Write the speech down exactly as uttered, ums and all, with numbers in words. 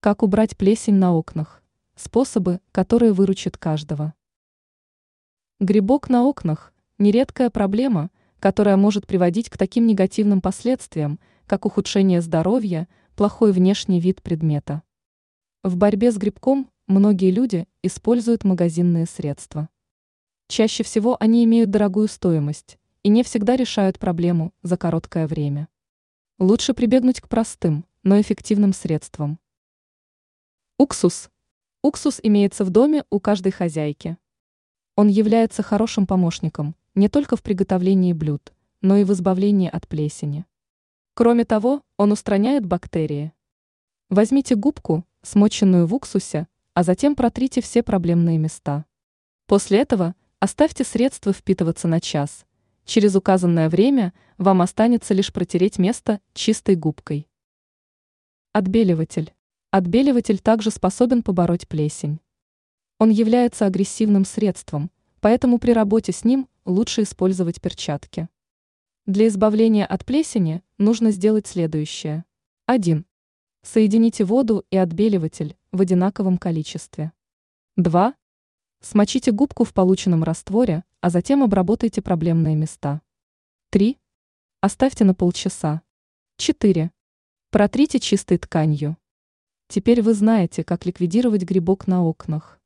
Как убрать плесень на окнах? Способы, которые выручат каждого. Грибок на окнах – нередкая проблема, которая может приводить к таким негативным последствиям, как ухудшение здоровья, плохой внешний вид предмета. В борьбе с грибком многие люди используют магазинные средства. Чаще всего они имеют дорогую стоимость и не всегда решают проблему за короткое время. Лучше прибегнуть к простым, но эффективным средствам. Уксус. Уксус имеется в доме у каждой хозяйки. Он является хорошим помощником не только в приготовлении блюд, но и в избавлении от плесени. Кроме того, он устраняет бактерии. Возьмите губку, смоченную в уксусе, а затем протрите все проблемные места. После этого оставьте средство впитываться на час. Через указанное время вам останется лишь протереть место чистой губкой. Отбеливатель. Отбеливатель также способен побороть плесень. Он является агрессивным средством, поэтому при работе с ним лучше использовать перчатки. Для избавления от плесени нужно сделать следующее. один. Соедините воду и отбеливатель в одинаковом количестве. два. Смочите губку в полученном растворе, а затем обработайте проблемные места. три. Оставьте на полчаса. четыре. Протрите чистой тканью. Теперь вы знаете, как ликвидировать грибок на окнах.